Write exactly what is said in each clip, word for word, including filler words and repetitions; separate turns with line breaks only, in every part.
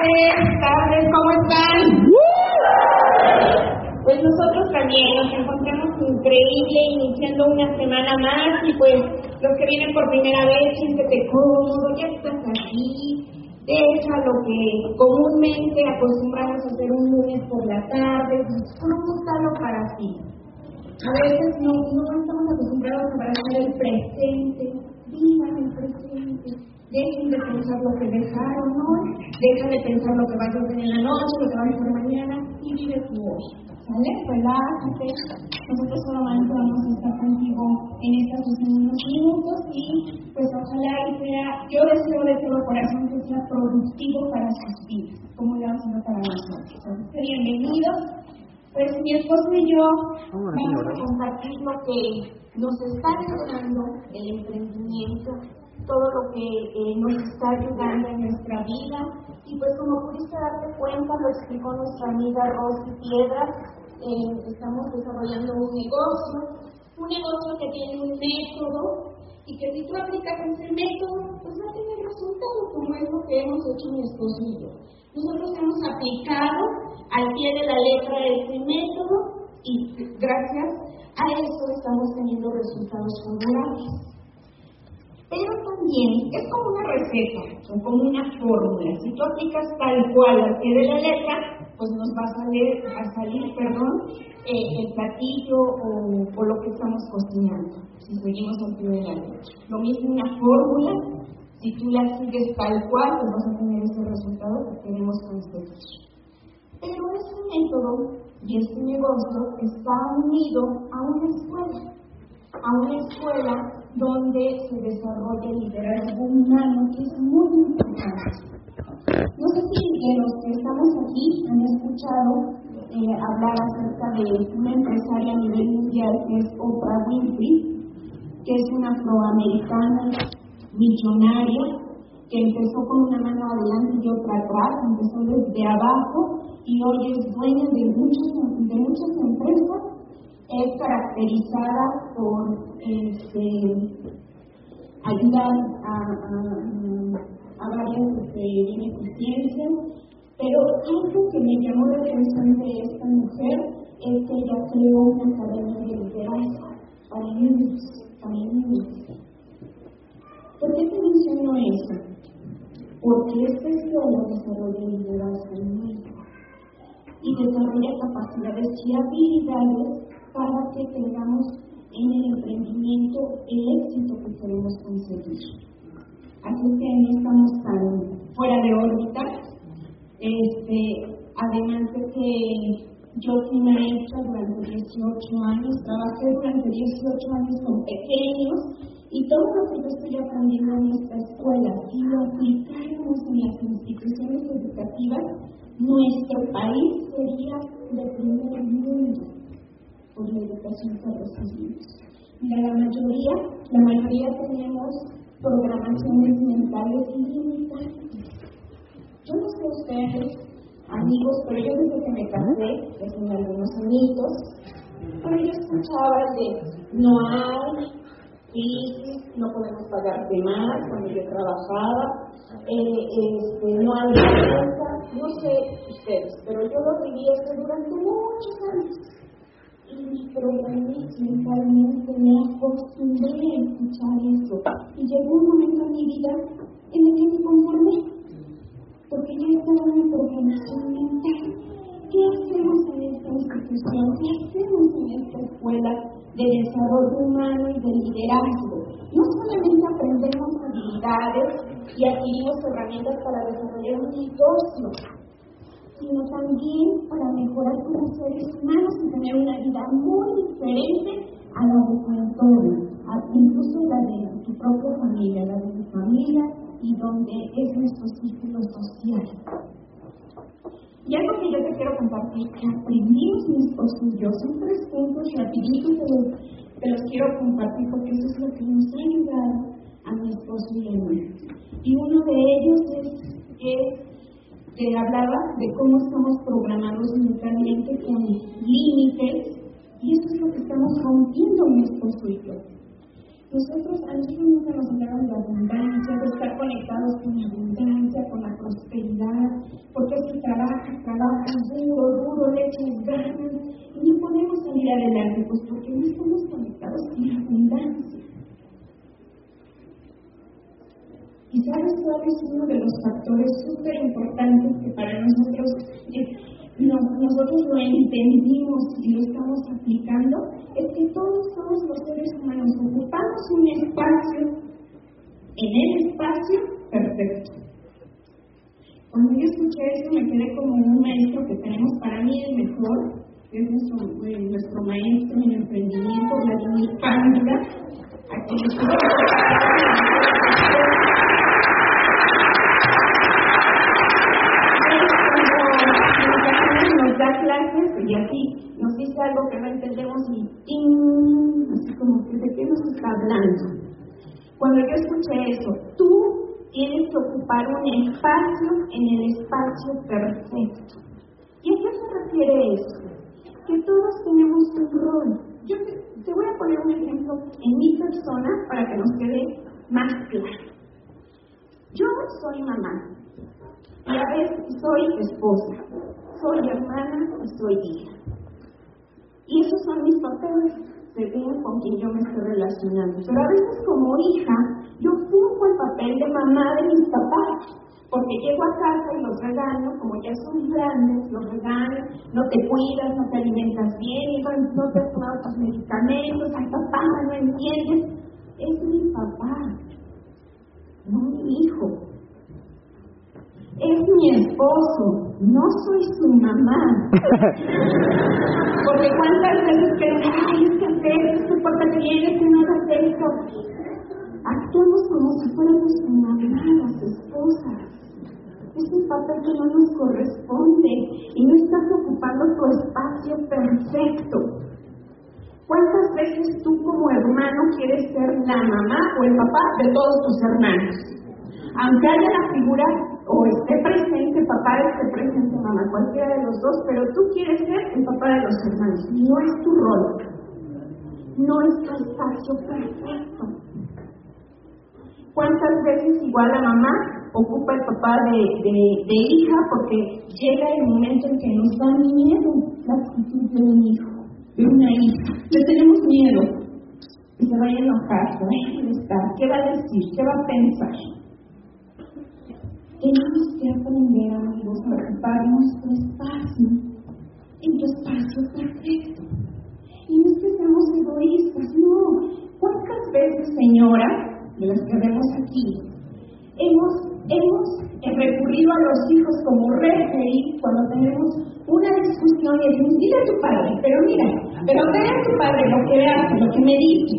tardes, tardes, ¿cómo están? Pues nosotros también nos encontramos increíble iniciando una semana más y pues los que vienen por primera vez, siéntete cómodo, ya estás aquí, deja lo que comúnmente acostumbramos a hacer un lunes por la tarde, disfrútalo para ti. A veces no, no estamos acostumbrados a abrazar el presente, vivan el presente, dejen de pensar lo que dejaron hoy, deja de pensar lo que vas a hacer en la noche, lo que vas a hacer mañana y vive tu hoy. ¿Vale? Relájate. Nosotros solamente vamos a estar contigo en estos últimos minutos y pues ojalá y sea, yo deseo de todo corazón que sea productivo para sus vidas, como lo ha sido para nosotros. Así que bienvenidos. Pues mi esposo y yo vamos a compartir lo que nos está ayudando el emprendimiento, todo lo que eh, nos está ayudando en nuestra vida. Y pues como pudiste darte cuenta, lo explicó nuestra amiga Rosy Piedra, eh, estamos desarrollando un negocio, un negocio que tiene un método y que si tú aplicas ese método, pues va a tener resultados, como es lo que hemos hecho mi esposo y yo. Nosotros hemos aplicado al pie de la letra ese método y gracias a eso estamos teniendo resultados favorables. Pero también es como una receta o como una fórmula. Si tú aplicas tal cual al pie de la letra, pues nos va a salir, a salir perdón, eh, el platillo o, o lo que estamos cocinando, si seguimos al pie de la letra. Lo mismo una fórmula, si tú la sigues tal cual, pues vas a tener ese resultado que queremos conseguir. Pero este método y este negocio está unido a una escuela, a una escuela donde se desarrolla el liderazgo humano, que es muy importante. No sé si de los que estamos aquí han escuchado eh, hablar acerca de una empresaria a nivel mundial que es Oprah Winfrey, que es una afroamericana millonaria que empezó con una mano adelante y otra atrás, empezó desde abajo y hoy es dueña de muchas, de muchas empresas. Es caracterizada por este, ayudar a, a, a varias este, beneficencias, pero algo que me llamó la atención de esta mujer es que ella creó una academia de liderazgo para niños, para niños. ¿Por qué te menciono eso? Porque esta escuela desarrolla liderazgo humano y desarrolla capacidades y habilidades para que tengamos en el emprendimiento el éxito que queremos conseguir. Así que no estamos tan fuera de órbita. Este, además de que yo fui maestra durante dieciocho años, trabajé durante dieciocho años con pequeños y todo lo que yo estoy aprendiendo en esta escuela, si lo aplicáramos en las instituciones educativas, nuestro país sería de primer mundo por la educación que recibimos. Mira, la mayoría, la mayoría tenemos programaciones mentales ilimitadas. Yo no sé ustedes, amigos, pero yo desde que me casé, que son algunos amigos, pero yo escuchaba de no hay crisis, no podemos pagarte más cuando yo trabajaba, eh, este, no hay vergüenza, no sé ustedes, pero yo lo viví esto durante muchos años. Y me programé mentalmente, me acostumbré a escuchar eso. Y llegó un momento en mi vida en el que me conformé, porque yo estaba en mi programación mental. ¿Qué hacemos en esta institución? ¿Qué hacemos en esta escuela de desarrollo humano y de liderazgo? No solamente aprendemos habilidades y adquirimos herramientas para desarrollar un negocio, sino también para mejorar como seres humanos y tener una vida muy diferente a la de tu entorno, incluso la de tu propia familia, la de tu familia y donde es nuestro círculo social. Y algo que yo te quiero compartir, que aprendimos mi esposo y yo, son tres puntos rapiditos que los, que los quiero compartir porque eso es lo que nos ha ayudado a mi esposo y a mí. Y uno de ellos es que que hablaba de cómo estamos programados mentalmente con límites, y eso es lo que estamos rompiendo mi esposo y yo. Nosotros, a nosotros nunca nos hablaron de abundancia, de estar conectados con la abundancia, con la prosperidad, porque si trabajas, trabajas duro, duro, le echas ganas, y no podemos salir adelante, pues porque no estamos conectados con la abundancia. Y sabes cuál es uno de los factores súper importantes que para nosotros, eh, no, nosotros lo entendimos y lo estamos aplicando, es que todos somos los seres humanos ocupamos un espacio, en el espacio perfecto. Cuando yo escuché eso me quedé como un maestro que tenemos, para mí el mejor, que es nuestro, eh, nuestro maestro en emprendimiento, Vladimir Pándiga, a quien estuvo nos da clases y así nos dice algo que no entendemos y ¡ting! Así como que de qué nos está hablando. Cuando yo escuché eso, tú tienes que ocupar un espacio en el espacio perfecto. ¿Y a qué se refiere eso? Que todos tenemos un rol. Yo te, te voy a poner un ejemplo en mi persona para que nos quede más claro. Yo soy mamá y a veces soy esposa, soy hermana y soy hija. Y esos son mis papeles, según con quien yo me estoy relacionando. Pero a veces como hija, yo cumplo el papel de mamá de mis papás, porque llego a casa y los regaño, como ya son grandes, los regaño, no te cuidas, no te alimentas bien, no te has tomado tus medicamentos, ay papá, no entiendes. Es mi papá, no mi hijo. Es mi esposo, no soy su mamá. Porque cuántas veces que me tienes que hacer esto, porque te vienes que no hagas esto. Actuamos como si fuéramos su mamá, las esposas. Es un papel que no nos corresponde y no estás ocupando tu espacio perfecto. ¿Cuántas veces tú como hermano quieres ser la mamá o el papá de todos tus hermanos? Aunque haya la figura o esté presente papá, esté presente mamá, cualquiera de los dos, pero tú quieres ser el papá de los hermanos. No es tu rol, no es tu espacio perfecto. ¿Cuántas veces igual la mamá ocupa el papá de, de, de hija porque llega el momento en que nos da miedo la actitud de un hijo, de una hija? Le tenemos miedo que se vaya a enojar, se vaya a molestar, ¿qué va a decir? ¿Qué va a pensar? Tenemos que aprender, amigos, a ocupar nuestro espacio, en tu espacio perfecto. Y no es que seamos egoístas, no. ¿Cuántas veces, señora, de las que vemos aquí, hemos, hemos recurrido a los hijos como referí cuando tenemos una discusión y decimos, mira a tu padre, pero mira, pero ve a tu padre lo que hace, lo que me dice?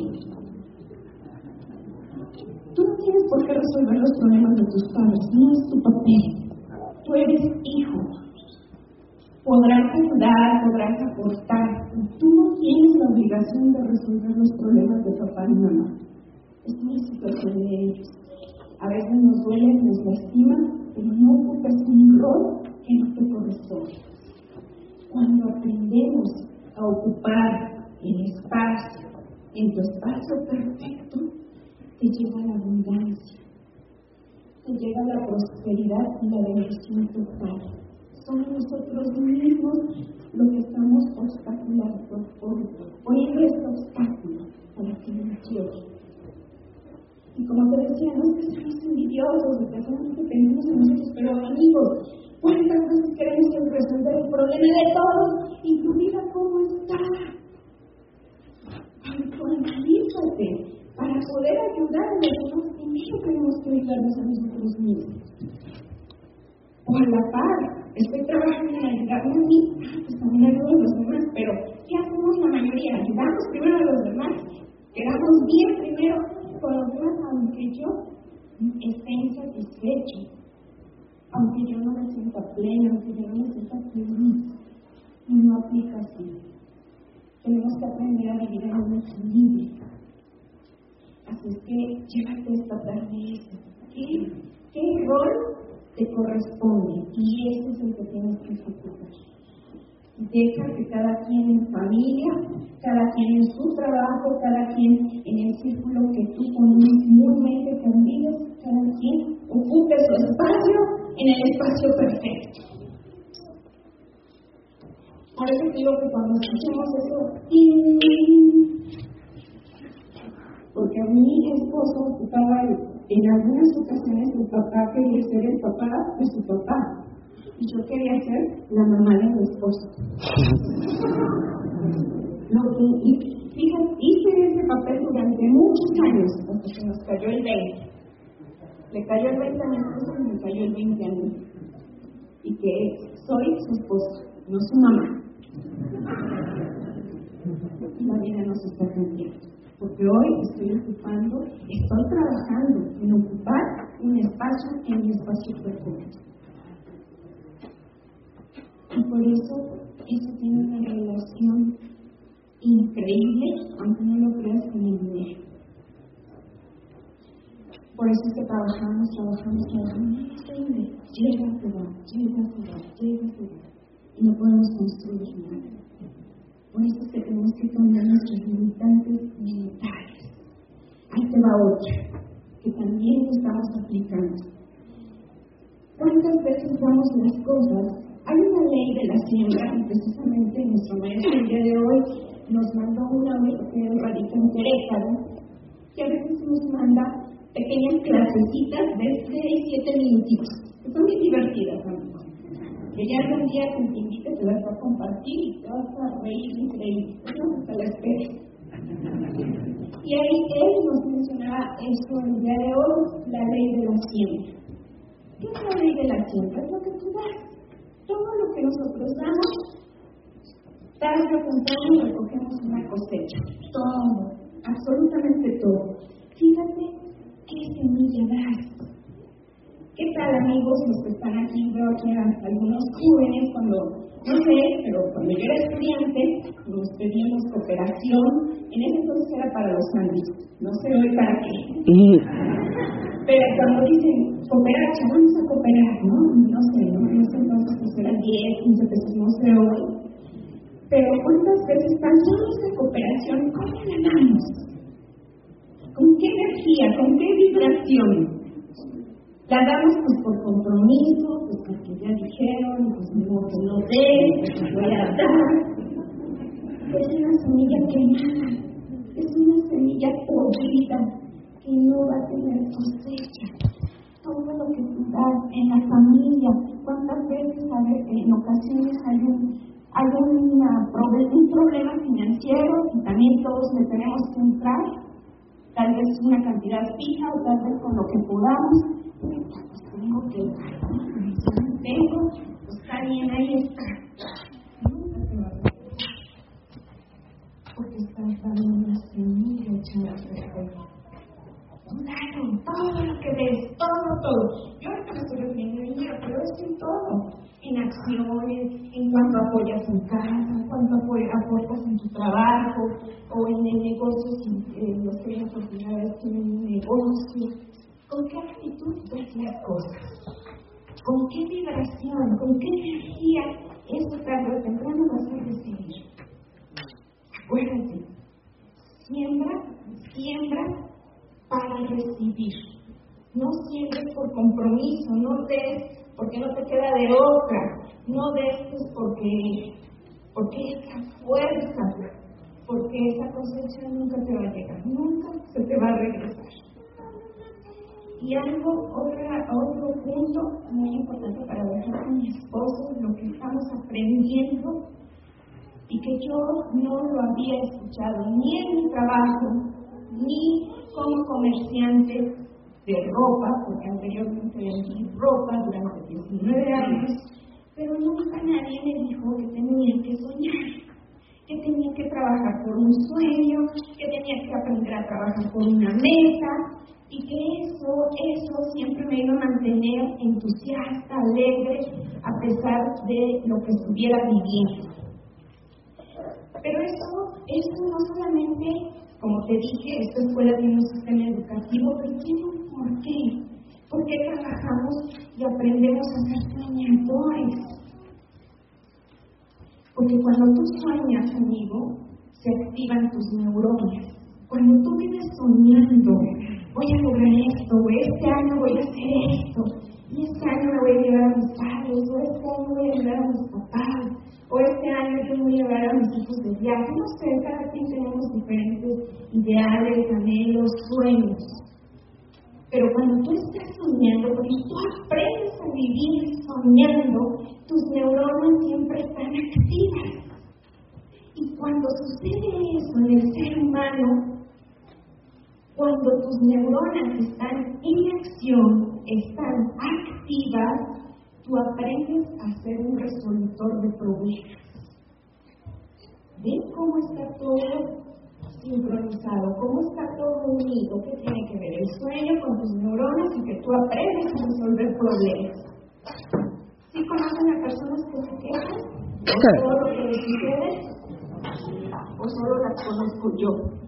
Tú no tienes por qué resolver los problemas de tus padres, no es tu papel. Tú eres hijo. Podrás ayudar, podrás aportar. Tú no tienes la obligación de resolver los problemas de papá y mamá. Es una situación de ellos. A veces nos duele, nos lastima, pero no ocupes un rol que no te corresponde. Cuando aprendemos a ocupar el espacio, en tu espacio perfecto, te llega la abundancia, te llega la prosperidad y la bendición total. Somos nosotros mismos los que estamos obstaculando, poniendo este obstáculo para que no llegue. Y como te decía, no es que seamos envidiosos, de que hacemos que pensemos en nosotros, pero amigos, ¿cuántas veces queremos resolver el problema de todos y tu vida cómo está? Autoanalízate. Para poder ayudar a los demás, primero tenemos que ayudarnos a nosotros mismos. O a la par, estoy trabajando en ayudarme a mí, pues también ayudo a los demás, pero ¿qué hacemos la mayoría? Ayudamos primero a los demás, quedamos bien primero con los demás, aunque yo esté insatisfecho, aunque yo no me sienta plena, aunque yo no me sienta feliz. Y no aplica así. Tenemos que aprender a vivir en un equilibrio. Así es que llévate esta tarde eso. ¿Qué, ¿Qué rol te corresponde? Y ese es el que tienes que ejecutar. Deja que cada quien en familia cada quien en su trabajo, cada quien en el círculo que tú comúnmente convives, cada quien ocupe su espacio en el espacio perfecto. Por eso digo que cuando escuchemos eso, porque a mi esposo ocupaba, en algunas ocasiones el papá quería ser el papá de su papá, y yo quería ser la mamá de mi esposo. Lo que, y fíjate, hice ese papel durante muchos años, hasta que nos cayó el veinte. Le cayó el veinte a mi esposo y me cayó el veinte a mí. Y que soy su esposa, no su mamá. Y la vida nos está cambiando. Porque hoy estoy ocupando, estoy trabajando en ocupar un espacio en mi espacio perfecto. Y por eso, eso tiene una relación increíble, aunque no lo creas, con el dinero. Por eso es que trabajamos, trabajamos, trabajamos. Increíble. Llega, se va, llega, se va, llega, se va. Y no podemos construir nada. Por eso es que tenemos que cambiar nuestros limitantes mentales. Ahí te va otra, que también estamos aplicando. ¿Cuántas veces damos las cosas? Hay una ley de la siembra, y precisamente nuestro maestro el día de hoy nos mandó una que radica en Querétaro, que a veces nos manda pequeñas clasecitas de seis a siete minutitos, que son muy divertidas, amigos. Que ya algún día que te invite te las va a compartir y te vas a reír increíble. Eso hasta la espera. Y ahí él nos mencionaba eso el día de hoy, la ley de la siembra. ¿Qué es la ley de la siembra? Es lo que tú das. Todo lo que nosotros damos, tarde o temprano recogemos una cosecha. Todo, absolutamente todo. Fíjate qué semilla das. ¿Qué tal, amigos, los que están aquí? Veo aquí a algunos jóvenes cuando, no sé, pero cuando yo era estudiante, nos pedíamos cooperación. En ese entonces era para los sándwiches, no sé hoy para qué. Pero cuando dicen cooperar, vamos a cooperar, ¿no? No sé, ¿no? En ese entonces pues eran diez, quince pesos, no sé hoy. Pero ¿cuántas veces también esa cooperación, cómo la damos? ¿Con qué energía? ¿Con qué vibración? La damos pues por compromiso, pues porque ya dijeron, pues no, que no dé, pues voy a dar. Es una semilla quemada, es una semilla podrida que no va a tener cosecha. Todo lo que tú das en la familia, cuántas veces a ver, en ocasiones hay un, hay una, un problema financiero y también todos le tenemos que entrar, tal vez una cantidad fija o tal vez con lo que podamos. Pues tengo que dar, si no tengo, pues está bien, ahí está. Nunca te va a dar, porque estás dando una semilla echada perfecta. Claro, todo lo que ves, todo, todo. Yo ahorita me estoy refiriendo a dinero, pero es en todo. En acciones, en cuanto apoyas en casa, en cuanto aportas en tu trabajo, o en el negocio, si eh, los que hay oportunidades tienen un negocio. ¿Con qué actitud ves las cosas? ¿Con qué vibración? ¿Con qué energía eso tarde o temprano vas a recibir? Acuérdate, siembra, siembra para recibir. No siembres por compromiso, no des porque no te queda de otra, no des pues porque, porque esa fuerza, porque esa cosecha nunca te va a llegar, nunca se te va a regresar. Y algo, otra, otro punto muy importante para dejar a mi esposo, lo que estamos aprendiendo y que yo no lo había escuchado ni en mi trabajo, ni como comerciante de ropa, porque anteriormente vendí ropa durante diecinueve años, pero nunca nadie me dijo que tenía que soñar, que tenía que trabajar por un sueño, que tenía que aprender a trabajar por una meta. Y que eso, eso siempre me iba a mantener entusiasta, alegre, a pesar de lo que estuviera viviendo. Pero eso, eso no solamente, como te dije, esta escuela tiene un sistema educativo, pero tiene un porqué. ¿Por qué trabajamos y aprendemos a ser soñadores? Porque cuando tú sueñas, amigo, se activan tus neuronas. Cuando tú vives soñando, voy a lograr esto, o este año voy a hacer esto, y este año me voy a llevar a mis padres, o este año voy a llevar a mis papás, o este año yo voy a llevar a mis hijos de viaje. No sé, cada quien tenemos diferentes ideales, anhelos, sueños. Pero cuando tú estás soñando, cuando tú aprendes a vivir soñando, tus neuronas siempre están activas. Y cuando sucede eso en el ser humano, cuando tus neuronas están en acción, están activas, tú aprendes a ser un resolutor de problemas. ¿Ven cómo está todo sincronizado? ¿Cómo está todo unido? ¿Qué tiene que ver el sueño con tus neuronas y que tú aprendes a resolver problemas? ¿Sí conocen a personas que se quejan? ¿O todo lo que les sucede? ¿O solo las conozco yo?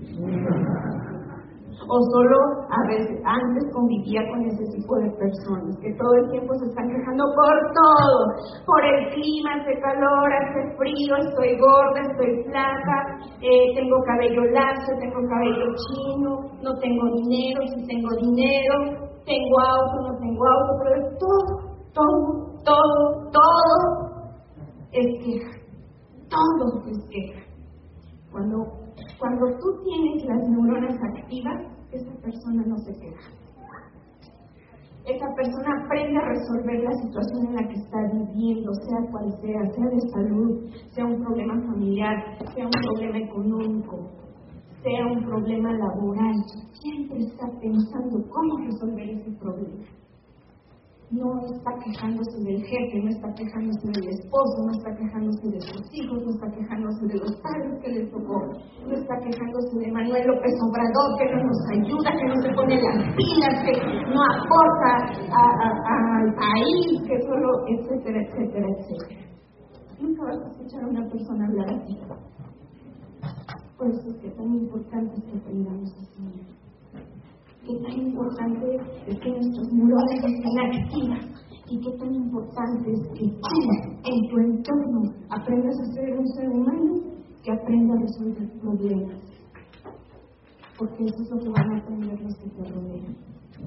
O solo a veces antes convivía con ese tipo de personas que todo el tiempo se están quejando por todo, por el clima, hace calor, hace frío, estoy gorda, estoy flaca, eh, tengo cabello lacio, tengo cabello chino, no tengo dinero, si tengo dinero, tengo auto, no tengo auto, pero es todo, todo, todo, todo es queja, todo es queja. Cuando, cuando tú tienes las neuronas activas, esa persona no se queja. Esa persona aprende a resolver la situación en la que está viviendo, sea cual sea, sea de salud, sea un problema familiar, sea un problema económico, sea un problema laboral. Siempre está pensando cómo resolver ese problema. No está quejándose del jefe, no está quejándose del esposo, no está quejándose de sus hijos, no está quejándose de los padres que les tocó, no está quejándose de Manuel López Obrador que no nos ayuda, que no se pone las pilas, que no aporta a, a, a, al país, que solo, etcétera, etcétera, etcétera. Nunca vas a escuchar a una persona hablar así. Por eso es que tan importante es que aprendamos a soñar. Qué tan importante es que nuestras neuronas estén activas y qué tan importante es que tú, en tu entorno, aprendas a ser un ser humano que aprenda a resolver problemas. Porque eso es lo que van a aprender los que te rodean.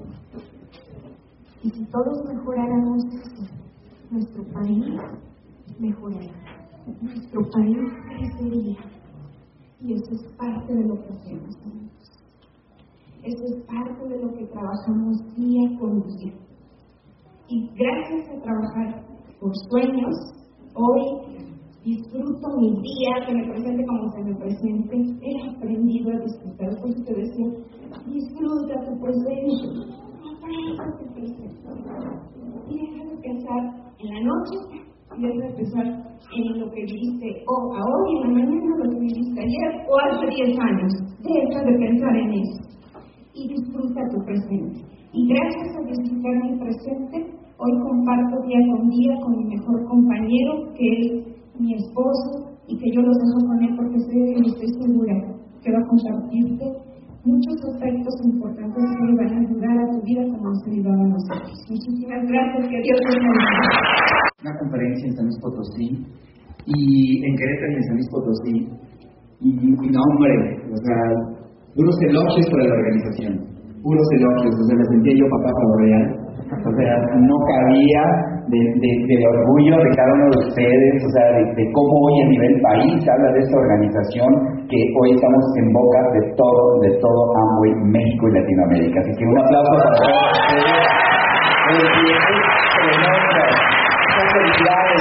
Y si todos mejoráramos eso, nuestro país mejoraría, nuestro país crecería. Y eso es parte de lo que hacemos, amigos. Eso es parte de lo que trabajamos día con día. Y gracias a trabajar por sueños, hoy disfruto mi día, que me presente como se me presente. He aprendido a disfrutar. Por eso te decía, disfruta tu presente. Aprenda tu presente. Y deja de pensar en la noche y deja de pensar en lo que viviste o a hoy, en la mañana, lo que viviste ayer o hace diez años. Deja de pensar en eso. Y disfruta tu presente. Y gracias a disfrutar mi presente, hoy comparto día con día con mi mejor compañero, que es mi esposo, y que yo los dejo con él porque sé que estoy segura que va a compartirte muchos aspectos importantes que le van a ayudar a tu vida como nos ayudaba a nosotros. Muchísimas gracias, que Dios te bendiga.
Una conferencia en San Luis Potosí, y en Querétaro y en San Luis Potosí, y, y no, hombre, o sea, puros elogios para la organización, puros elogios, o sea, me sentía yo papá pavo real, o sea, no cabía de, de, del orgullo de cada uno de ustedes, o sea, de, de cómo hoy a nivel país habla de esta organización, que hoy estamos en boca de todo, de todo Amway, México y Latinoamérica. Así que un aplauso para todos ustedes. Es tremendo. Muchas felicidades.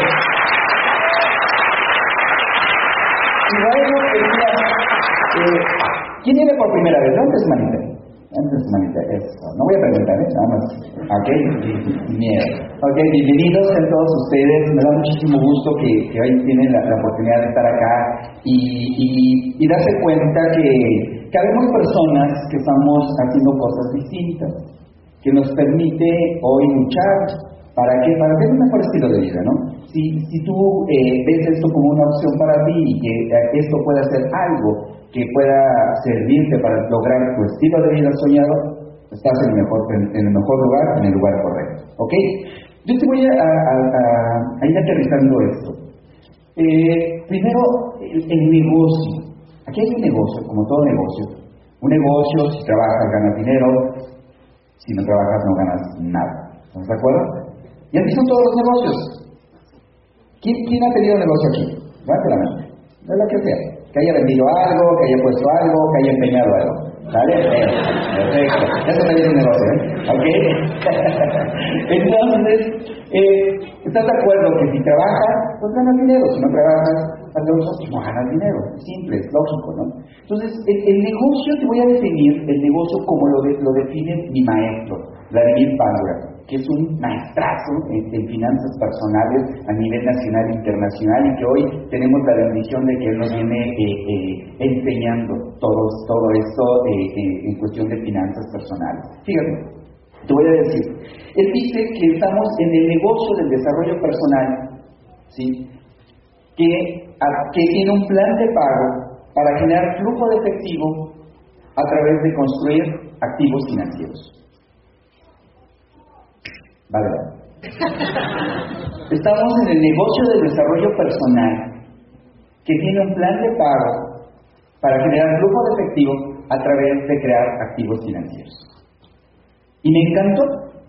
Y bueno, eh, ¿quién viene por primera vez? ¿Dónde es manita? ¿Dónde es manita? Eso. No voy a preguntar, ¿eh? Nada más. Ok, miedo. Ok, bienvenidos a todos ustedes. Me da muchísimo gusto que, que hoy tienen la, la oportunidad de estar acá y, y, y darse cuenta que, que habemos personas que estamos haciendo cosas distintas, que nos permite hoy luchar. ¿Para qué? Para tener un mejor estilo de vida, ¿no? Si, si tú eh, ves esto como una opción para ti y que esto pueda ser algo que pueda servirte para lograr tu estilo de vida soñado, estás en el mejor, en, en el mejor lugar, en el lugar correcto, ¿ok? Yo te voy a, a, a, a ir aterrizando esto. Eh, primero, el, el negocio. Aquí hay un negocio, como todo negocio. Un negocio, si trabajas ganas dinero, si no trabajas no ganas nada. ¿Estamos de acuerdo? Y así son todos los negocios. ¿Quién, quién ha tenido negocio aquí? Levante la mano. No es lo que sea. Que haya vendido algo, que haya puesto algo, que haya empeñado algo. ¿Vale? Eh, perfecto. Eso también es un negocio, ¿eh? ¿Ok? Entonces, eh, ¿estás de acuerdo que si trabajas, pues ganas dinero? Si no trabajas, pues no ganas dinero. Es simple, es lógico, ¿no? Entonces, el, el negocio, te voy a definir el negocio como lo, de, lo define mi maestro, Vladimir Pangura, que es un maestrazo en, en finanzas personales a nivel nacional e internacional, y que hoy tenemos la bendición de que él nos viene eh, eh, enseñando todo, todo esto eh, eh, en cuestión de finanzas personales. Fíjate, te voy a decir, él dice que estamos en el negocio del desarrollo personal, ¿sí? que, a, que tiene un plan de pago para generar flujo de efectivo a través de construir activos financieros. Vale. Estamos en el negocio del desarrollo personal que tiene un plan de pago para generar flujo de efectivo a través de crear activos financieros. Y me encantó.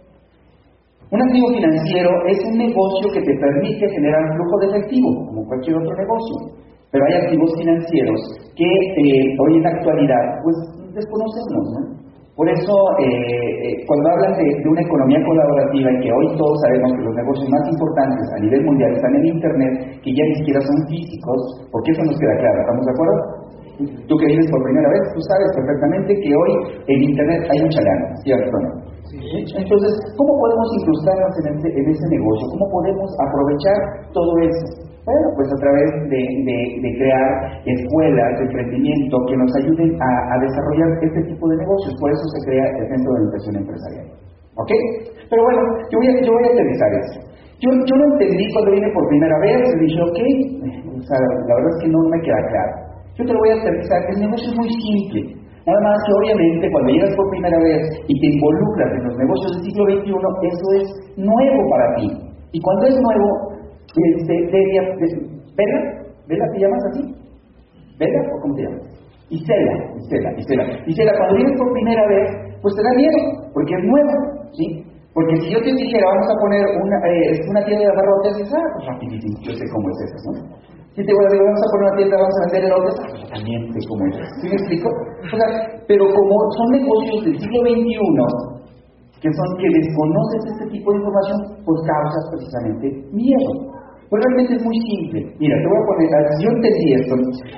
Un activo financiero es un negocio que te permite generar flujo de efectivo, como cualquier otro negocio. Pero hay activos financieros que eh, hoy en la actualidad pues desconocemos, ¿no? Por eso, eh, cuando hablan de, de una economía colaborativa, y que hoy todos sabemos que los negocios más importantes a nivel mundial están en Internet, que ya ni siquiera son físicos, porque eso nos queda claro, ¿estamos de acuerdo? Tú que vienes por primera vez, tú sabes perfectamente que hoy en Internet hay mucha lana, ¿cierto o no? Sí. Entonces, ¿cómo podemos incrustarnos en ese, en ese negocio? ¿Cómo podemos aprovechar todo eso? Bueno, pues a través de, de, de crear escuelas de emprendimiento que nos ayuden a, a desarrollar este tipo de negocios. Por eso se crea el Centro de Educación Empresarial. ¿Ok? Pero bueno, yo voy a, yo voy a aterrizar esto. Yo, yo lo entendí cuando vine por primera vez y dije, ok, o sea, la verdad es que no me queda claro. Yo te lo voy a aterrizar. El negocio es muy simple. Nada más que obviamente cuando llegas por primera vez y te involucras en los negocios del siglo veintiuno, eso es nuevo para ti. Y cuando es nuevo, Este, Delia, ¿Vela? ¿Vela te llamas así? ¿Vela o cómo te llamas? Isela, Isela, Isela. Isela, cuando vienes por primera vez, pues te da miedo, porque es nuevo, ¿sí? Porque si yo te dijera, vamos a poner una, eh, una tienda de abarrotes, dices, ah, pues rapidísimo, yo sé cómo es eso, ¿no? Si te voy a decir, vamos a poner una tienda, vamos a vender elotes, ah, pues también sé cómo es eso. ¿Sí me explico? O sea, pero como son negocios del siglo veintiuno, que son que desconoces este tipo de información, pues causas precisamente miedo. Pues realmente es muy simple. Mira, te voy a poner, yo entendí esto.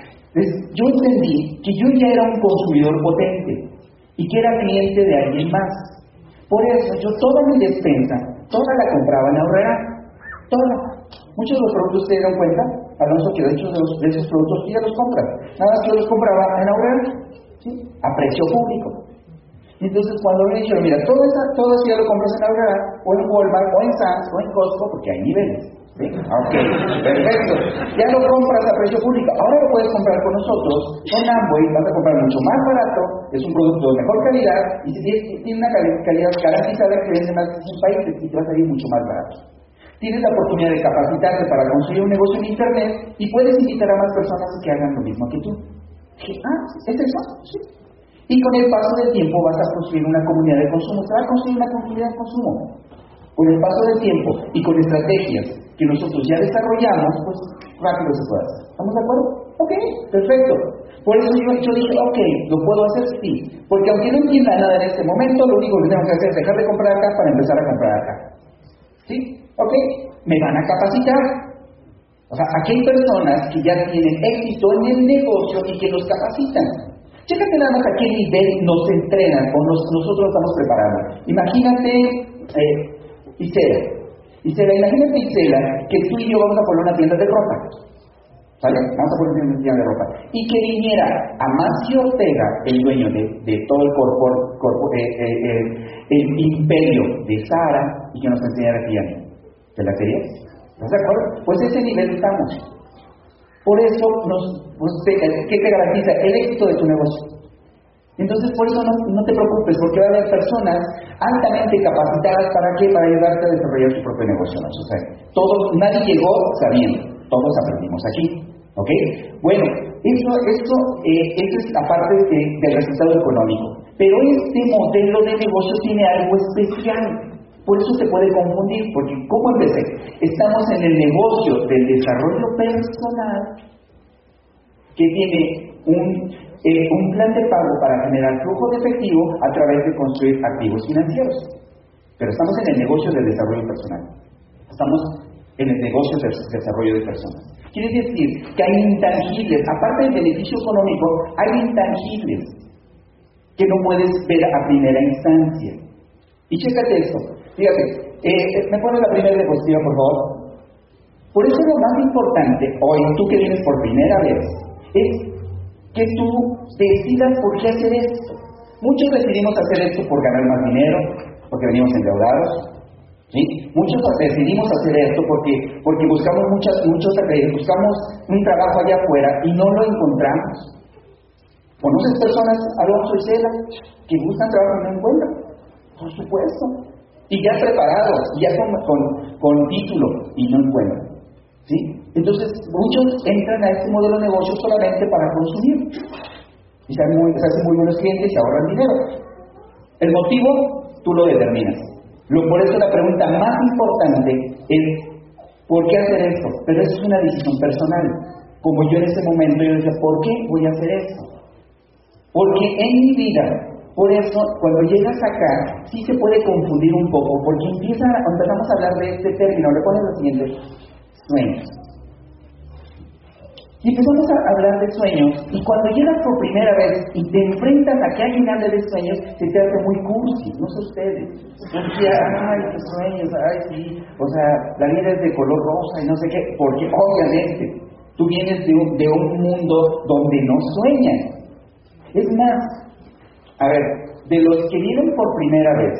Yo entendí que yo ya era un consumidor potente y que era cliente de alguien más. Por eso yo toda mi despensa, toda la compraba en Aurrera. Toda. Muchos de los productos se dieron cuenta, Alonso, que de hecho de, los, de esos productos ya los compras. Nada más que yo los compraba en Aurrera, ¿sí? A precio público. Entonces cuando me dijeron, mira, todo eso, todo eso ya lo compras en Aurrera, o en Walmart, o en Sam's, o en Costco, porque hay niveles. ¿Sí? Ok, perfecto. Ya lo compras a precio público. Ahora lo puedes comprar con nosotros, con Amway, vas a comprar mucho más barato, es un producto de mejor calidad, y tiene una calidad garantizada que vende más en sus países, y te va a salir mucho más barato. Tienes la oportunidad de capacitarte para construir un negocio en Internet, y puedes invitar a más personas que hagan lo mismo que tú. Dije, ah, ¿es eso? Sí. Y con el paso del tiempo vas a construir una comunidad de consumo, se va a construir una comunidad de consumo. Con el paso del tiempo y con estrategias que nosotros ya desarrollamos, pues rápido se puede hacer. ¿Estamos de acuerdo? Ok, perfecto. Por eso yo, yo dije, ok, ¿lo puedo hacer? Sí. Porque aunque no entienda nada en este momento, lo único que tengo que hacer es dejar de comprar acá para empezar a comprar acá. ¿Sí? Ok, me van a capacitar. O sea, aquí hay personas que ya tienen éxito en el negocio y que los capacitan. Chécate nada más a qué nivel nos entrenan o nos, nosotros estamos preparando. Imagínate, eh, Isela. Isela, imagínate, Isela, que tú y yo vamos a poner una tienda de ropa. ¿Vale? Vamos a poner una tienda de ropa. Y que viniera Amancio Ortega, el dueño de, de todo el, corpor, corpor, eh, eh, eh, el imperio de Zara, y que nos enseñara aquí a mí. ¿Te la querías? ¿Estás de acuerdo? Pues ese nivel estamos. Por eso, nos, pues, ¿qué te garantiza? El éxito de tu negocio. Entonces, por eso no, no te preocupes, porque va a haber personas altamente capacitadas para qué, para ayudarte a desarrollar tu propio negocio. ¿No? O sea, todos, nadie llegó sabiendo, todos aprendimos aquí. ¿Ok? Bueno, eso, eso, eh, eso es la parte de, del resultado económico. Pero este modelo de negocio tiene algo especial. Por eso se puede confundir, porque ¿cómo empecé? Estamos en el negocio del desarrollo personal que tiene un, eh, un plan de pago para generar flujo de efectivo a través de construir activos financieros. Pero estamos en el negocio del desarrollo personal. Estamos en el negocio del desarrollo de personas. Quiere decir que hay intangibles, aparte del beneficio económico, hay intangibles que no puedes ver a primera instancia. Y chécate esto, fíjate, eh, ¿me pones la primera diapositiva, por favor? Por eso lo más importante, hoy, tú que vienes por primera vez, es que tú decidas por qué hacer esto. Muchos decidimos hacer esto por ganar más dinero, porque venimos endeudados, ¿sí? Muchos decidimos hacer esto porque, porque buscamos muchas, muchos, buscamos un trabajo allá afuera y no lo encontramos. ¿Conoces personas, Alonso y Cela, que buscan trabajo y no encuentran? Por supuesto. Y ya preparados, ya con, con, con título y no encuentran. ¿Sí? Entonces, muchos entran a este modelo de negocio solamente para consumir. Y se hacen muy, se hacen muy buenos clientes y ahorran dinero. El motivo, tú lo determinas. Lo, por eso la pregunta más importante es, ¿por qué hacer esto? Pero eso es una decisión personal. Como yo en ese momento, yo decía, ¿por qué voy a hacer esto? Porque en mi vida, por eso, cuando llegas acá, sí se puede confundir un poco, porque empieza, empezamos a hablar de este término, le pones lo siguiente, sueños. Y empezamos a hablar de sueños, y cuando llegas por primera vez y te enfrentas a que alguien hable de sueños, se te hace muy cursi, no sé ustedes. Porque, ay, qué sueños, ay, sí, o sea, la vida es de color rosa y no sé qué, porque obviamente tú vienes de un, de un mundo donde no sueñan. Es más, a ver, de los que vienen por primera vez,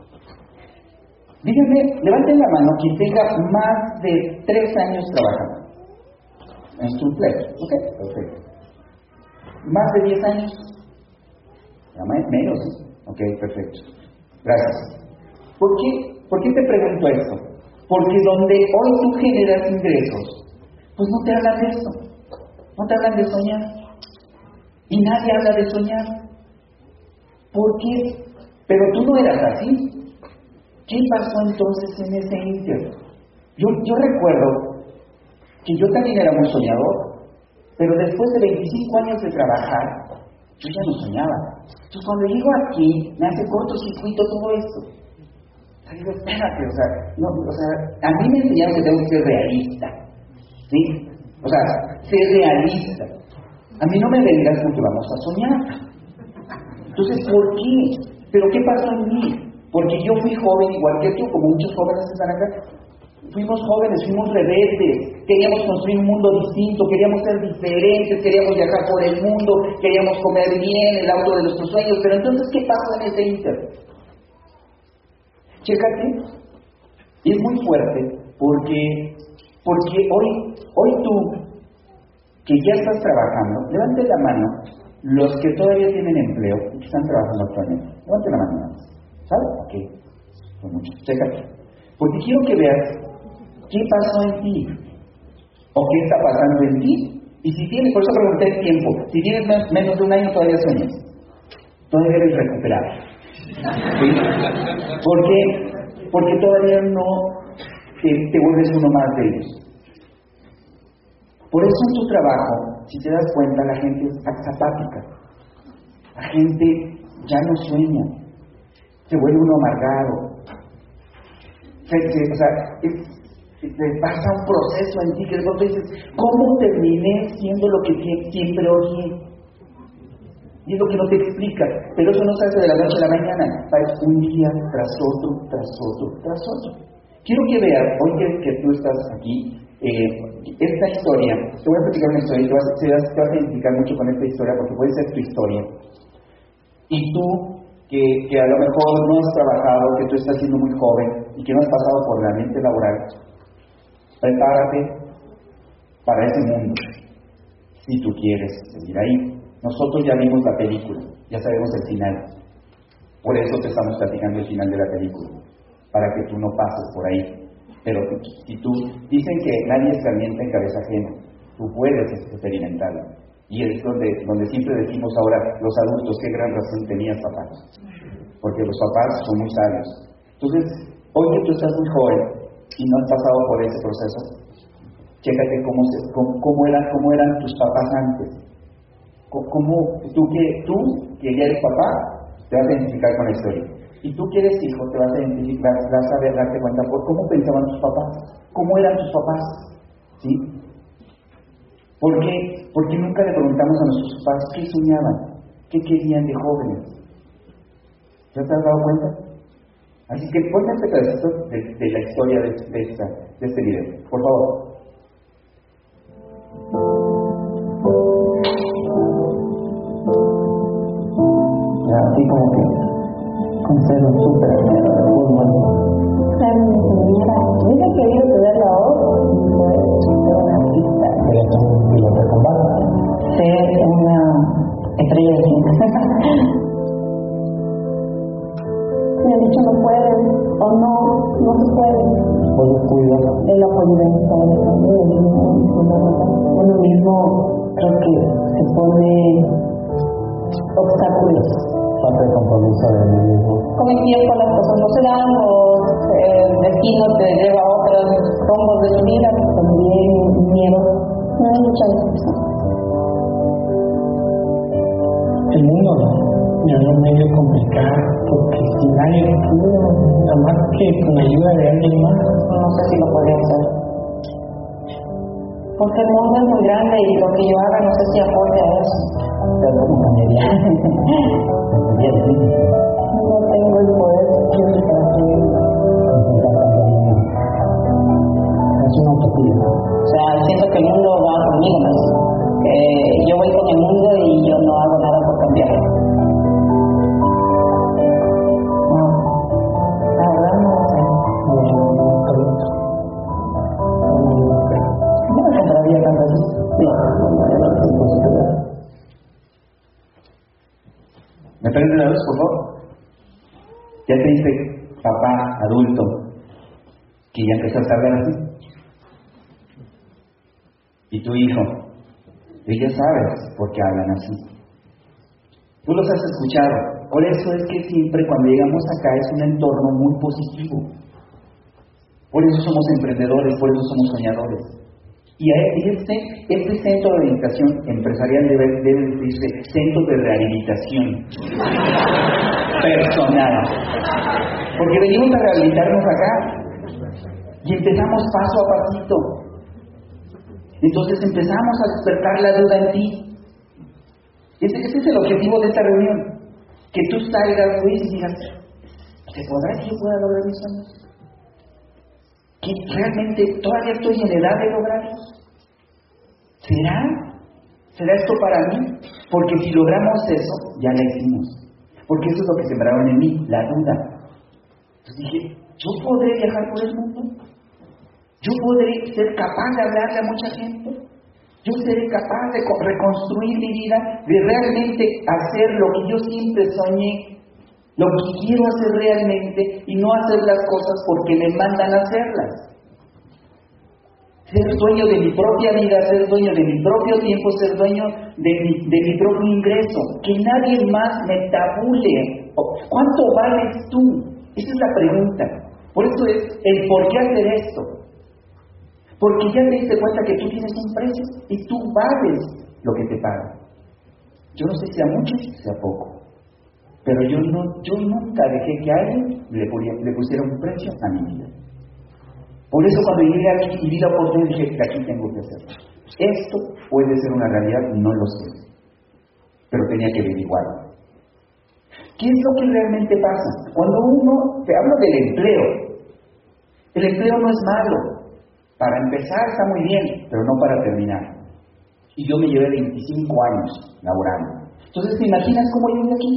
díganme, levanten la mano quien tenga más de tres años trabajando en su empleo. ¿Ok? Perfecto. ¿Más de diez años? Ya menos, ¿sí? Ok, perfecto. Gracias. ¿Por qué, ¿Por qué te pregunto esto? Porque donde hoy tú generas ingresos, pues no te hablan de esto. No te hablan de soñar. Y nadie habla de soñar. ¿Por qué? Pero tú no eras así. ¿Qué pasó entonces en ese inter? Yo, yo recuerdo que yo también era muy soñador, pero después de veinticinco años de trabajar, yo ya no soñaba. Entonces cuando llego aquí, me hace cortocircuito todo esto. O sea, digo, espérate, o sea, no, o sea, a mí me enseñaron que tengo que ser realista, ¿sí? O sea, ser realista. A mí no me vengas porque vamos a soñar. Entonces, ¿por qué? ¿Pero qué pasó en mí? Porque yo fui joven, igual que tú, como muchos jóvenes están acá. Fuimos jóvenes, fuimos rebeldes, queríamos construir un mundo distinto, queríamos ser diferentes, queríamos viajar por el mundo, queríamos comer bien, el auto de nuestros sueños. Pero entonces, ¿qué pasó en ese inter? Chécate. Y es muy fuerte, porque, porque hoy, hoy tú, que ya estás trabajando, levante la mano los que todavía tienen empleo y que están trabajando actualmente. Levante la mano. ¿Sabes? Ok. Pues mucho. Chécate. Porque quiero que veas qué pasó en ti o qué está pasando en ti. Y si tienes, por eso pregunté el tiempo, si tienes más, menos de un año todavía sueñas. Todavía debes recuperar. ¿Sí? ¿Por qué? Porque todavía no te, te vuelves uno más de ellos. Por eso en tu trabajo, si te das cuenta, la gente es apática. La gente ya no sueña. Se vuelve uno amargado. Se, se, o sea, es, te pasa un proceso en ti que de pronto dices, ¿cómo terminé siendo lo que siempre odié? Y es lo que no te explica. Pero eso no se hace de la noche a la mañana. Es un día tras otro, tras otro, tras otro. Quiero que veas, hoy que, que tú estás aquí, Eh, esta historia, te voy a platicar una historia y te vas, te, vas, te vas a identificar mucho con esta historia porque puede ser tu historia. Y tú, que, que a lo mejor no has trabajado, que tú estás siendo muy joven y que no has pasado por la mente laboral, prepárate para ese mundo, si tú quieres seguir ahí. Nosotros ya vimos la película, ya sabemos el final. Por eso te estamos platicando el final de la película, para que tú no pases por ahí. Pero si tú, dicen que nadie escarmienta en cabeza ajena. tú puedes experimentarlo. Y es donde, donde siempre decimos ahora los adultos, qué gran razón tenías, papá. Porque los papás son muy sabios. Entonces, hoy que tú estás muy joven y no has pasado por ese proceso, chécate cómo, se, cómo, cómo, eran, cómo eran tus papás antes. Cómo, tú, que, tú, que ya eres papá, te vas a identificar con la historia. Y tú que eres hijo, te vas a identificar, vas a ver, darte cuenta por cómo pensaban tus papás, cómo eran tus papás. ¿Sí? ¿Por qué? Porque nunca le preguntamos a nuestros papás qué soñaban, qué querían de jóvenes. ¿Ya te has dado cuenta? Así que ponte este pedacito de, de la historia de, de, esta, de este video, por favor.
Ya, así como que con ser un súper ingeniero de fútbol.
Ser una ingeniera. Hubiera querido estudiar la O y ser una artista.
¿Querías ser un piloto de combate?
Ser una estrella de cine. Me han dicho no pueden, o no, no se puede.
Por descuido.
El apoyo de uno mismo creo que se pone obstáculos.
Falta de compromiso de mí mismo.
Con el tiempo las cosas no se dan, o el destino te lleva a otros rumbos de tu vida, también miedo. No hay mucha discusión.
El mundo me es medio complicado, porque si nadie pudo, nada más que con ayuda de alguien más.
No sé si lo podría hacer. Porque el mundo es muy grande y lo que yo haga no sé si aporte a eso.
Pero como cambiaría. Sería difícil.
No tengo el poder suficiente para hacerlo.
Es una utopía.
O sea, siento que el mundo va conmigo, ¿no? Que yo voy con el mundo y yo no hago nada por cambiarlo. No, la verdad no lo sé. No me compraría tanto así.
No, no, no, no, no.
¿Me prende la luz, por favor? Ya te dice, papá, adulto, que ya empezaste a hablar así. Y tu hijo, tú ya sabes por qué hablan así. Tú los has escuchado. Por eso es que siempre cuando llegamos acá es un entorno muy positivo. Por eso somos emprendedores, por eso somos soñadores. Y este, este centro de orientación empresarial debe, debe decirse centro de rehabilitación personal. Porque venimos a rehabilitarnos acá y empezamos paso a pasito. Entonces empezamos a despertar la duda en ti. Ese, ese es el objetivo de esta reunión. Que tú salgas, Luis, y digas, ¿se podrá que yo pueda lograr mis sueños? ¿Que realmente todavía estoy en edad de lograrlo? ¿Será? ¿Será esto para mí? Porque si logramos eso, ya lo hicimos. Porque eso es lo que sembraron en mí, la duda. Entonces dije, ¿yo podré viajar por el mundo? ¿Yo podré ser capaz de hablarle a mucha gente? ¿Yo seré capaz de reconstruir mi vida? ¿De realmente hacer lo que yo siempre soñé? Lo que quiero hacer realmente y no hacer las cosas porque me mandan a hacerlas. Ser dueño de mi propia vida, ser dueño de mi propio tiempo, ser dueño de mi, de mi propio ingreso. Que nadie más me tabule. ¿Cuánto vales tú? Esa es la pregunta. Por eso es el por qué hacer esto. Porque ya te diste cuenta que tú tienes un precio y tú vales lo que te pagan. Yo no sé si a mucho o si a poco. Pero yo, no, yo nunca dejé que alguien le, le pusiera un precio a mi vida. Por eso cuando llegué aquí y vi la oportunidad dije que aquí tengo que hacerlo. Esto puede ser una realidad, no lo sé. Pero tenía que averiguarlo. ¿Qué es lo que realmente pasa? Cuando uno, te hablo del empleo. El empleo no es malo. Para empezar está muy bien, pero no para terminar. Y yo me llevé veinticinco años laborando. Entonces, ¿te imaginas cómo llegué aquí?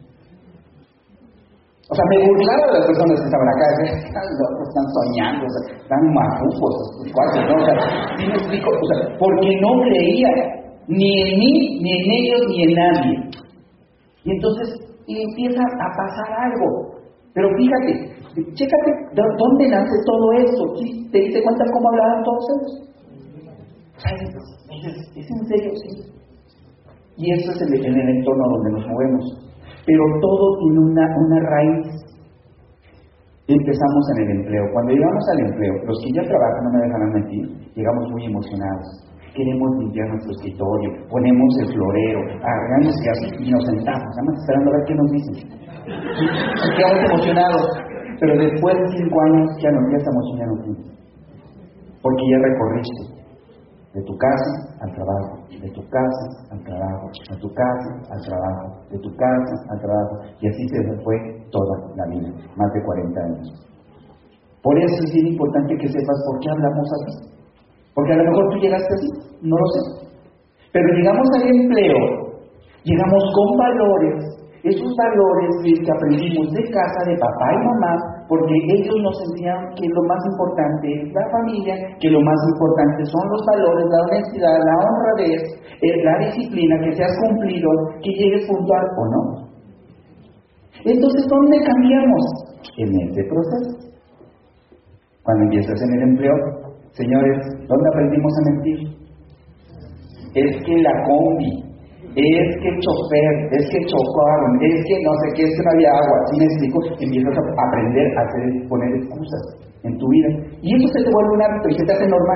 O sea, me burlaba de las personas que estaban acá, están locos, están soñando, o sea, están mafufos, estos cuates, ¿no? O sea, ¿sí me explico? O sea, porque no creía ni en mí, ni en ellos, ni en nadie. Y entonces y empieza a pasar algo. Pero fíjate, chécate de dónde nace todo esto. ¿Sí? ¿Te diste cuenta cómo hablaban todos ellos? O sea, me ¿Es en serio? Sí. Y eso es el, en el entorno donde nos movemos. Pero todo tiene una, una raíz. Empezamos en el empleo. Cuando llegamos al empleo, los que ya trabajan, no me dejarán mentir, llegamos muy emocionados. Queremos limpiar nuestro escritorio, ponemos el florero, agarramos y así, y nos sentamos, además esperando a ver qué nos dicen. Y quedamos emocionados, pero después de cinco años ya no, ya esa emoción ya no tiene. Porque ya recorriste de tu casa al trabajo, de tu casa al trabajo, de tu casa al trabajo, de tu casa al trabajo, y así se fue toda la vida, más de cuarenta años. Por eso es bien importante que sepas por qué hablamos así. Porque a lo mejor tú llegaste así, no lo sé. Pero llegamos al empleo, llegamos con valores, esos valores que aprendimos de casa, de papá y mamá, porque ellos nos enseñaron que lo más importante es la familia, que lo más importante son los valores, la honestidad, la honradez, la disciplina, que seas cumplido, que llegues puntual o no. Entonces, ¿dónde cambiamos? En ese proceso. Cuando empiezas en el empleo, señores, ¿dónde aprendimos a mentir? Es que la combi, es que el chofer, es que chocaron, es que no sé qué, es que no había agua. ¿Sí me explico? Empiezas a aprender a hacer, poner excusas en tu vida. Y eso se te vuelve un hábito y se te hace normal.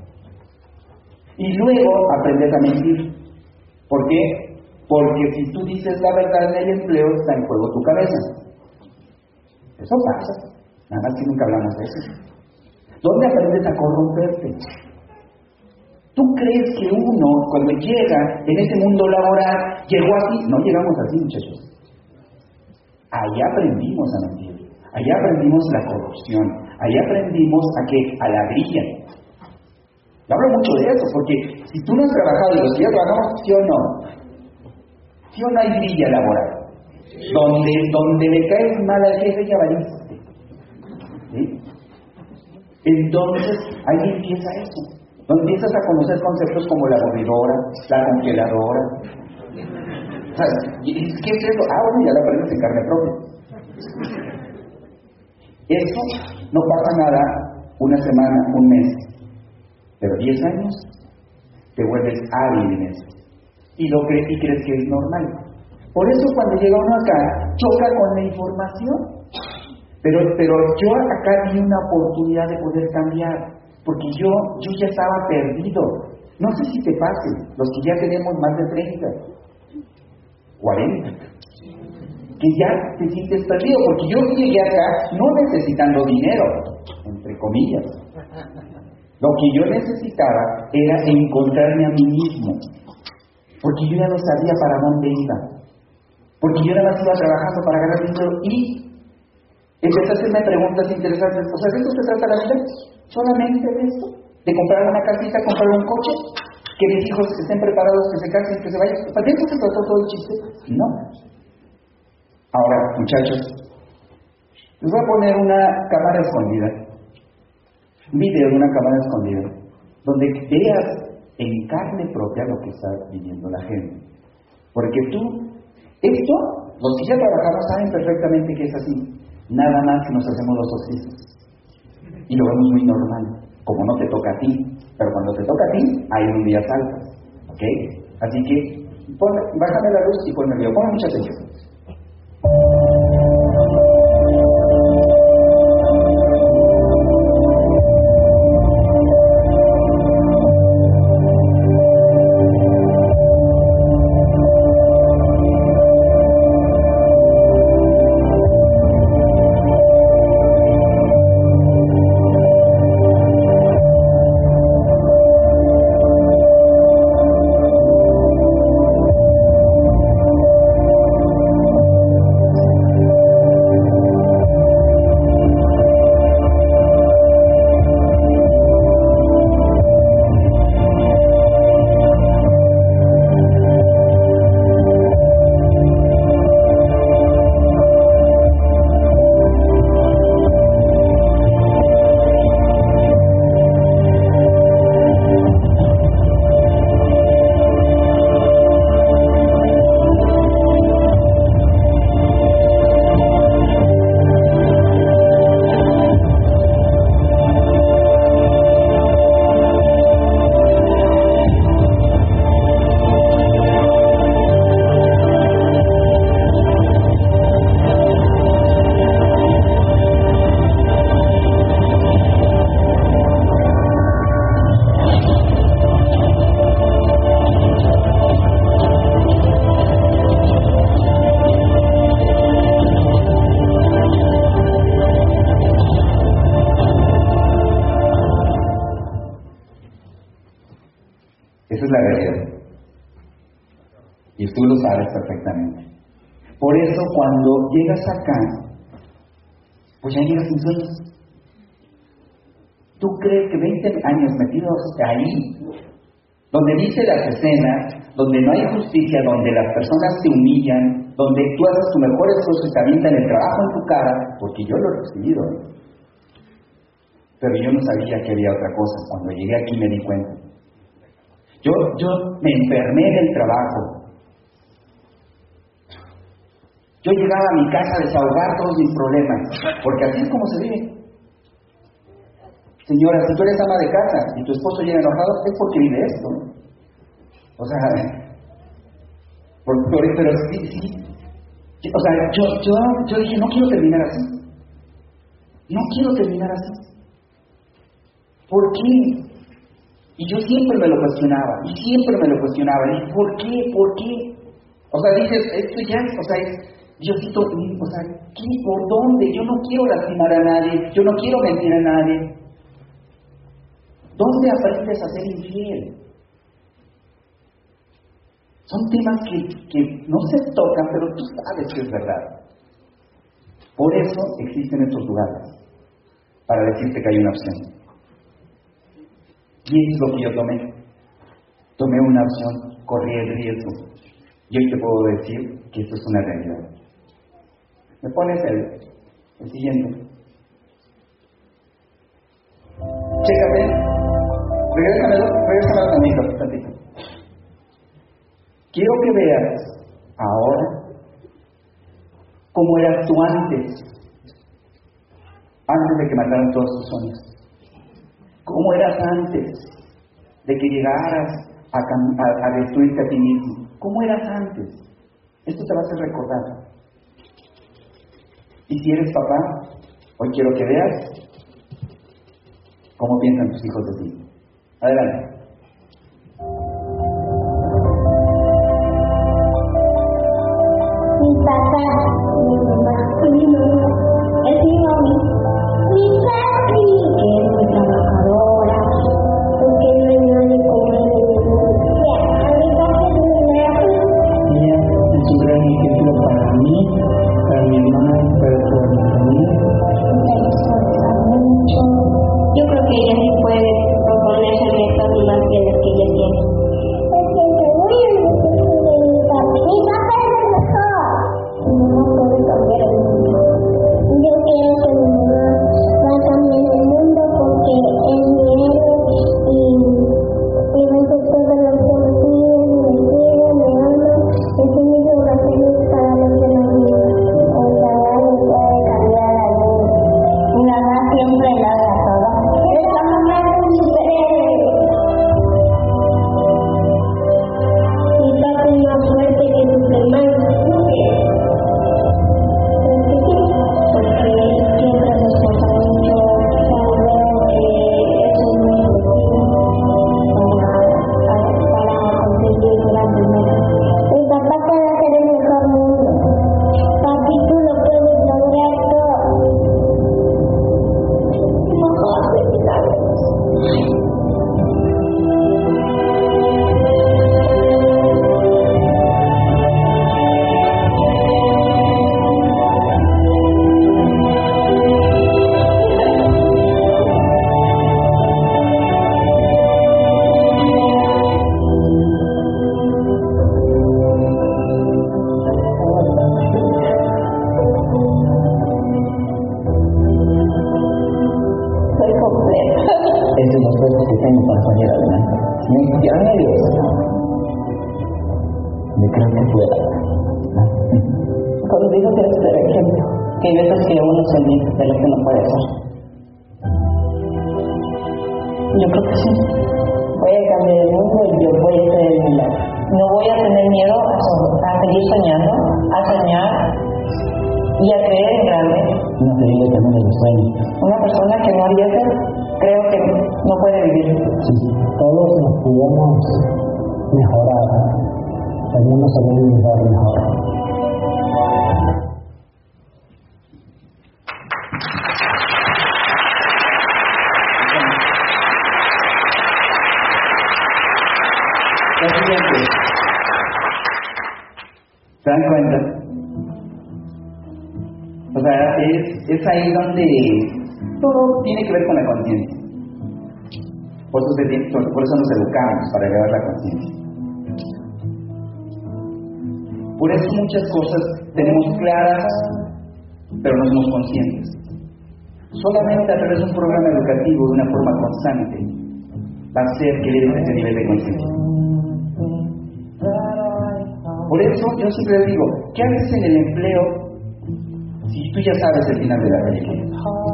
Y luego aprendes a mentir. ¿Por qué? Porque si tú dices la verdad en el empleo, está en juego tu cabeza. Eso pasa. Nada más que nunca hablamos de eso. ¿Dónde aprendes a corromperte? ¿Tú crees que uno, cuando llega en ese mundo laboral, llegó así? No llegamos así, muchachos. Ahí aprendimos a mentir. Ahí aprendimos la corrupción. Ahí aprendimos a que a la grilla. Yo hablo mucho de eso, porque si tú no has trabajado y los que ya trabajamos, ¿sí o no? ¿Sí o no hay grilla laboral? Donde, donde le caes mal al jefe, ya valiste. ¿Sí? Entonces, ahí empieza eso. Donde empiezas a conocer conceptos como la aburridora, la congeladora. O sea, ¿qué es eso? Ah, bueno, ya lo aprendes en carne propia. Eso no pasa nada una semana, un mes. Pero diez años, te vuelves hábil en eso. Y lo crees y crees que es normal. Por eso cuando llega uno acá, choca con la información. Pero, pero yo acá vi una oportunidad de poder cambiar, porque yo, yo ya estaba perdido. No sé si te pase, los que ya tenemos más de treinta, cuarenta, que ya te sientes perdido, porque yo llegué acá no necesitando dinero, entre comillas. Lo que yo necesitaba era encontrarme a mí mismo, porque yo ya no sabía para dónde iba, porque yo nada más iba trabajando para ganar dinero y empecé a hacerme preguntas interesantes. O sea, ¿de esto se trata la vida? ¿Solamente de esto? ¿De comprar una casita, comprar un coche? ¿Que mis hijos estén preparados, que se casen, que se vayan? ¿Para qué se trató todo el chiste? No. Ahora, muchachos, les voy a poner una cámara escondida, un video de una cámara escondida, donde veas en carne propia lo que está viviendo la gente. Porque tú, esto, los que ya trabajamos saben perfectamente que es así. Nada más que nos hacemos los oxisos. Y lo vemos muy normal, como no te toca a ti. Pero cuando te toca a ti, hay un día saltas. ¿Ok? Así que, pon, bájame la luz y ponme el video. Pon mucha atención. Esa es la realidad. Y tú lo sabes perfectamente. Por eso cuando llegas acá, pues ya llegas sin sueños. ¿Tú crees que veinte años metidos ahí, donde dice las escenas, donde no hay justicia, donde las personas te humillan, donde tú haces tu mejor esfuerzo y te avientan el trabajo en tu cara, porque yo lo he recibido, ¿eh? Pero yo no sabía que había otra cosa. Cuando llegué aquí me di cuenta. Yo, yo me enfermé del trabajo. Yo llegaba a mi casa a desahogar todos mis problemas, porque así es como se vive. Señora, si tú eres ama de casa y tu esposo llega enojado, es porque vive esto. O sea, por, por, pero sí, sí. O sea, yo, yo, yo dije, no quiero terminar así. No quiero terminar así. ¿Por qué? Y yo siempre me lo cuestionaba, y siempre me lo cuestionaba. Y dije, ¿por qué? ¿Por qué? O sea, dices, esto ya, o sea, es, yo cito, o sea, ¿qué? ¿Por dónde? Yo no quiero lastimar a nadie, yo no quiero mentir a nadie. ¿Dónde aprendes a ser infiel? Son temas que, que no se tocan, pero tú sabes que es verdad. Por eso existen estos lugares, para decirte que hay una opción. Y es lo que yo tomé. Tomé una opción, corrí el riesgo. Y hoy te puedo decir que esto es una realidad. Me pones el, el siguiente. Chécate. Regrésamelo, regrésamelo tantito, tantito. Quiero que veas ahora cómo eras tú antes, antes de que mataran todos tus sueños. ¿Cómo eras antes de que llegaras a, a, a destruirte a ti mismo? ¿Cómo eras antes? Esto te va a hacer recordar. Y si eres papá, hoy quiero que veas cómo piensan tus hijos de ti. Adelante.
Mi papá, mi mamá, mi mamá, es mi mami, mi papi, que es muy trabajadora, porque no hay nadie como ella. A mi papi no me da.
Ella es un gran ejemplo para mí, para mi hermana, pero para mi familia.
Se esfuerza mucho. Yo creo que ella sí puede proponerse metas más que las que ella tiene. Es que seguro yo no sé de mi papá. Mi papá es el mejor. No puede cambiar el mundo. Yo quiero que mi mamá va a cambiar el mundo porque es mi héroe y, y va a hacer todo lo que me pide, me quiere, me ama. Es un hijo que feliz para los de la vida. El papá no puede cambiar al mundo. Mi mamá siempre la haga todo. Esta mamá es un superhéroe. Mi papá es más fuerte que Superman.
Ese es los retos que tengo para salir adelante. Me inspiran ellos. Me creo que pueda.
Cuando digo que es ser ejemplo, que hay veces que uno se olvida de lo que no puede ser. Yo creo que sí. Voy a cambiar el mundo y yo voy a hacer el milagro. No voy a tener miedo a, so- a seguir soñando, a soñar y a creer en grande.
No te digo también de los sueños.
Una persona que no arriesga, creo que no puede vivir.
Si todos nos pudiéramos mejorar, el mundo sería un lugar mejor.
lo siguiente. ¿Se dan cuenta? O sea, es, es ahí donde todo tiene que ver con la conciencia. Por eso, se, por eso nos educamos, para elevar la conciencia. Por eso muchas cosas tenemos claras, pero no somos conscientes. Solamente a través de un programa educativo de una forma constante va a ser que le ese nivel de conciencia. Por eso yo siempre digo, ¿qué haces en el empleo si tú ya sabes el final de la película?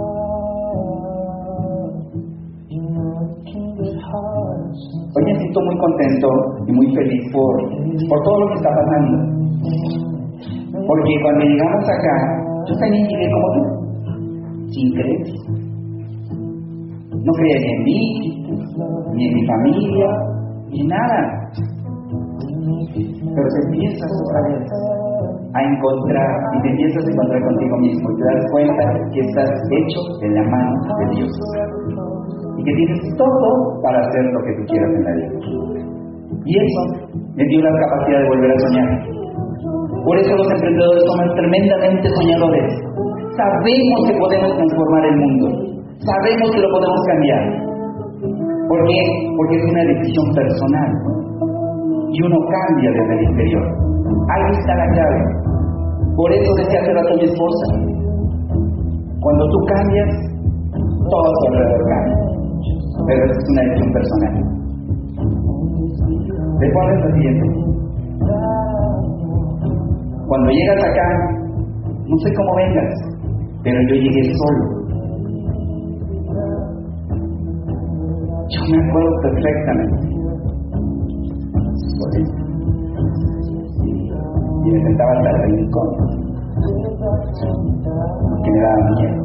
Hoy me siento muy contento y muy feliz por, por todo lo que está pasando. Porque cuando llegamos acá, yo también llegué como tú, sin creer. No creía ni en mí, ni en mi familia, ni nada. Pero te empiezas otra vez a encontrar, y te empiezas a encontrar contigo mismo, y te das cuenta que estás hecho en la mano de Dios. Y que tienes todo para hacer lo que tú quieras en la vida. Y eso me dio la capacidad de volver a soñar. Por eso los emprendedores somos tremendamente soñadores. Sabemos que podemos transformar el mundo. Sabemos que lo podemos cambiar. ¿Por qué? Porque es una decisión personal. Y uno cambia desde el interior. Ahí está la clave. Por eso decía hace rato mi esposa. Cuando tú cambias, todo a tu alrededor cambia. Pero es una decisión personal. Recuerda lo siguiente. Cuando llegas acá, no sé cómo vengas, pero yo llegué solo. Yo me acuerdo perfectamente. Y me sentaba hasta el rincón, porque me daba miedo.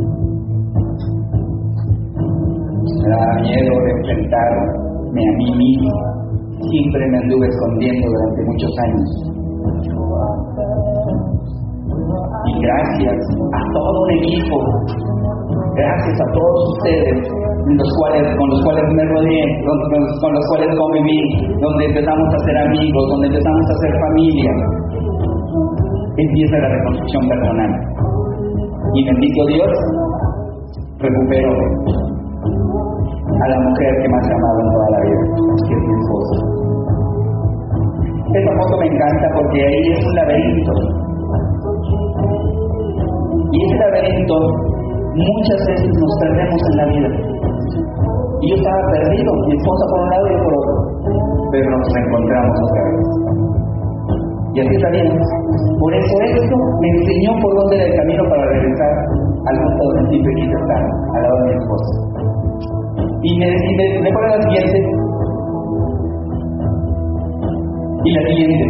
Me daba miedo de enfrentarme a mí mismo. Siempre me anduve escondiendo durante muchos años. Y gracias a todo un equipo, gracias a todos ustedes, los cuales, con los cuales me rodeé, con, con los cuales conviví, donde empezamos a ser amigos, donde empezamos a ser familia, empieza la reconstrucción personal. Y bendito Dios, recupero a la mujer que más he amado en toda la vida, que es mi esposa. Esta foto me encanta porque ahí es un laberinto. Y ese laberinto muchas veces nos perdemos en la vida. Y yo estaba perdido, mi esposa por un lado y yo por otro, pero nos reencontramos otra vez. Y así está bien. Por eso esto me enseñó por dónde era el camino para regresar al punto donde siempre quise estar, al lado de mi esposa. Y me, y me, me pone la siguiente. Y la siguiente.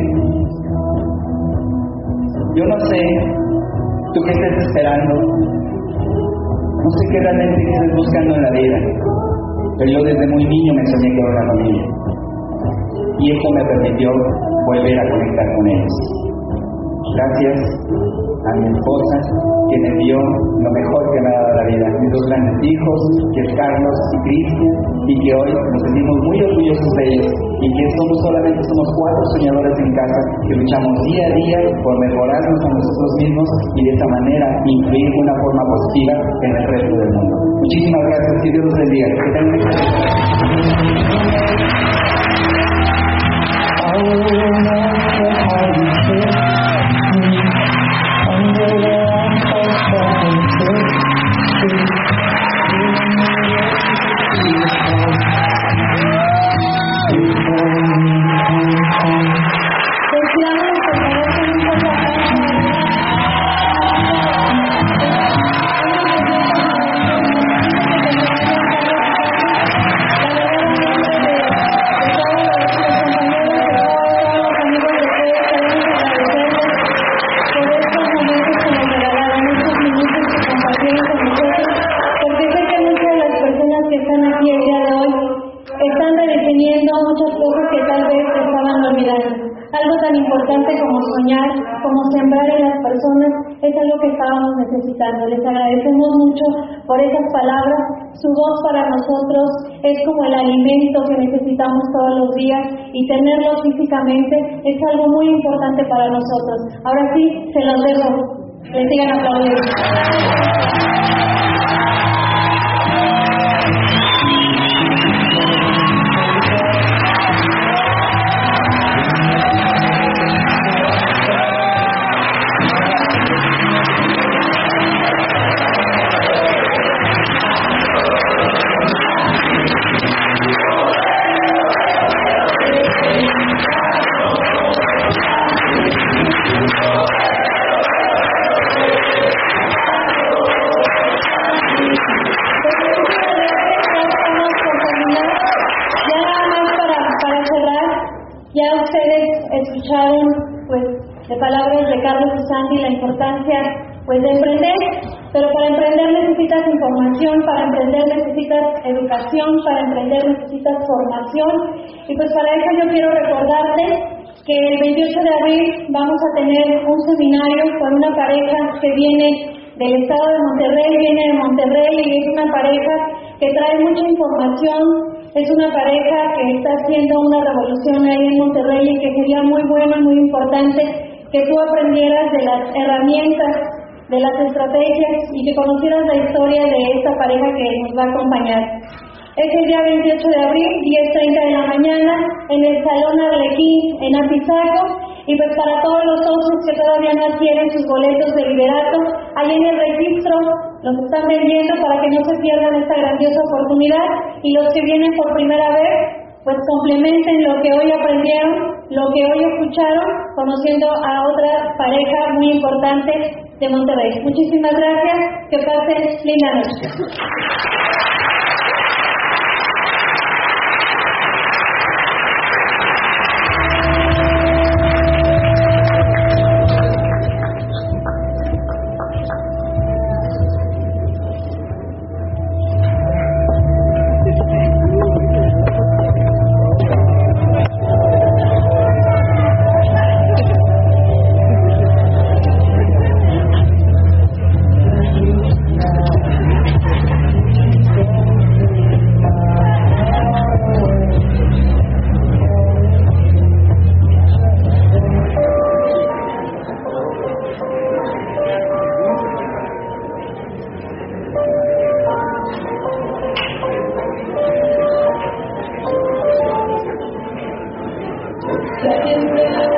Yo no sé, tú que estés esperando, no sé qué realmente estés buscando en la vida, pero yo desde muy niño me soñé con una familia. Y esto me permitió volver a conectar con ellos. Gracias a mi esposa, que me dio lo mejor que me ha dado la vida. Mis dos grandes hijos, que es Carlos y Cristian, y que hoy nos sentimos muy orgullosos de ellos, y que somos solamente somos cuatro soñadores en casa, que luchamos día a día por mejorarnos a nosotros mismos y de esta manera influir de una forma positiva en el resto del mundo. Muchísimas gracias, que Dios los bendiga. Que tengan mucha
muchas cosas que tal vez estaban olvidadas.
algo tan importante como soñar, como sembrar en las personas, es algo que estábamos necesitando. Les agradecemos mucho por esas palabras. Su voz para nosotros es como el alimento que necesitamos todos los días y tenerlo físicamente es algo muy importante para nosotros. Ahora sí, se los dejo. Les sigan aplaudiendo. Ya ustedes escucharon pues de palabras de Carlos y Sandy la importancia pues de emprender, pero para emprender necesitas información, para emprender necesitas educación, para emprender necesitas formación y pues para eso yo quiero recordarte que el veintiocho de abril vamos a tener un seminario con una pareja que viene del estado de Monterrey, viene de Monterrey y es una pareja que trae mucha información. Es una pareja que está haciendo una revolución ahí en Monterrey y que sería muy bueno y muy importante que tú aprendieras de las herramientas, de las estrategias y que conocieras la historia de esta pareja que nos va a acompañar. Es el día veintiocho de abril, diez treinta de la mañana, en el Salón Arlequín, en Apizaco. Y pues para todos los socios que todavía no adquieren sus boletos de liderato, ahí en el registro los están vendiendo para que no se pierdan esta grandiosa oportunidad. Y los que vienen por primera vez, pues complementen lo que hoy aprendieron, lo que hoy escucharon, conociendo a otra pareja muy importante de Monterrey. Muchísimas gracias, que pasen linda noche. Gracias.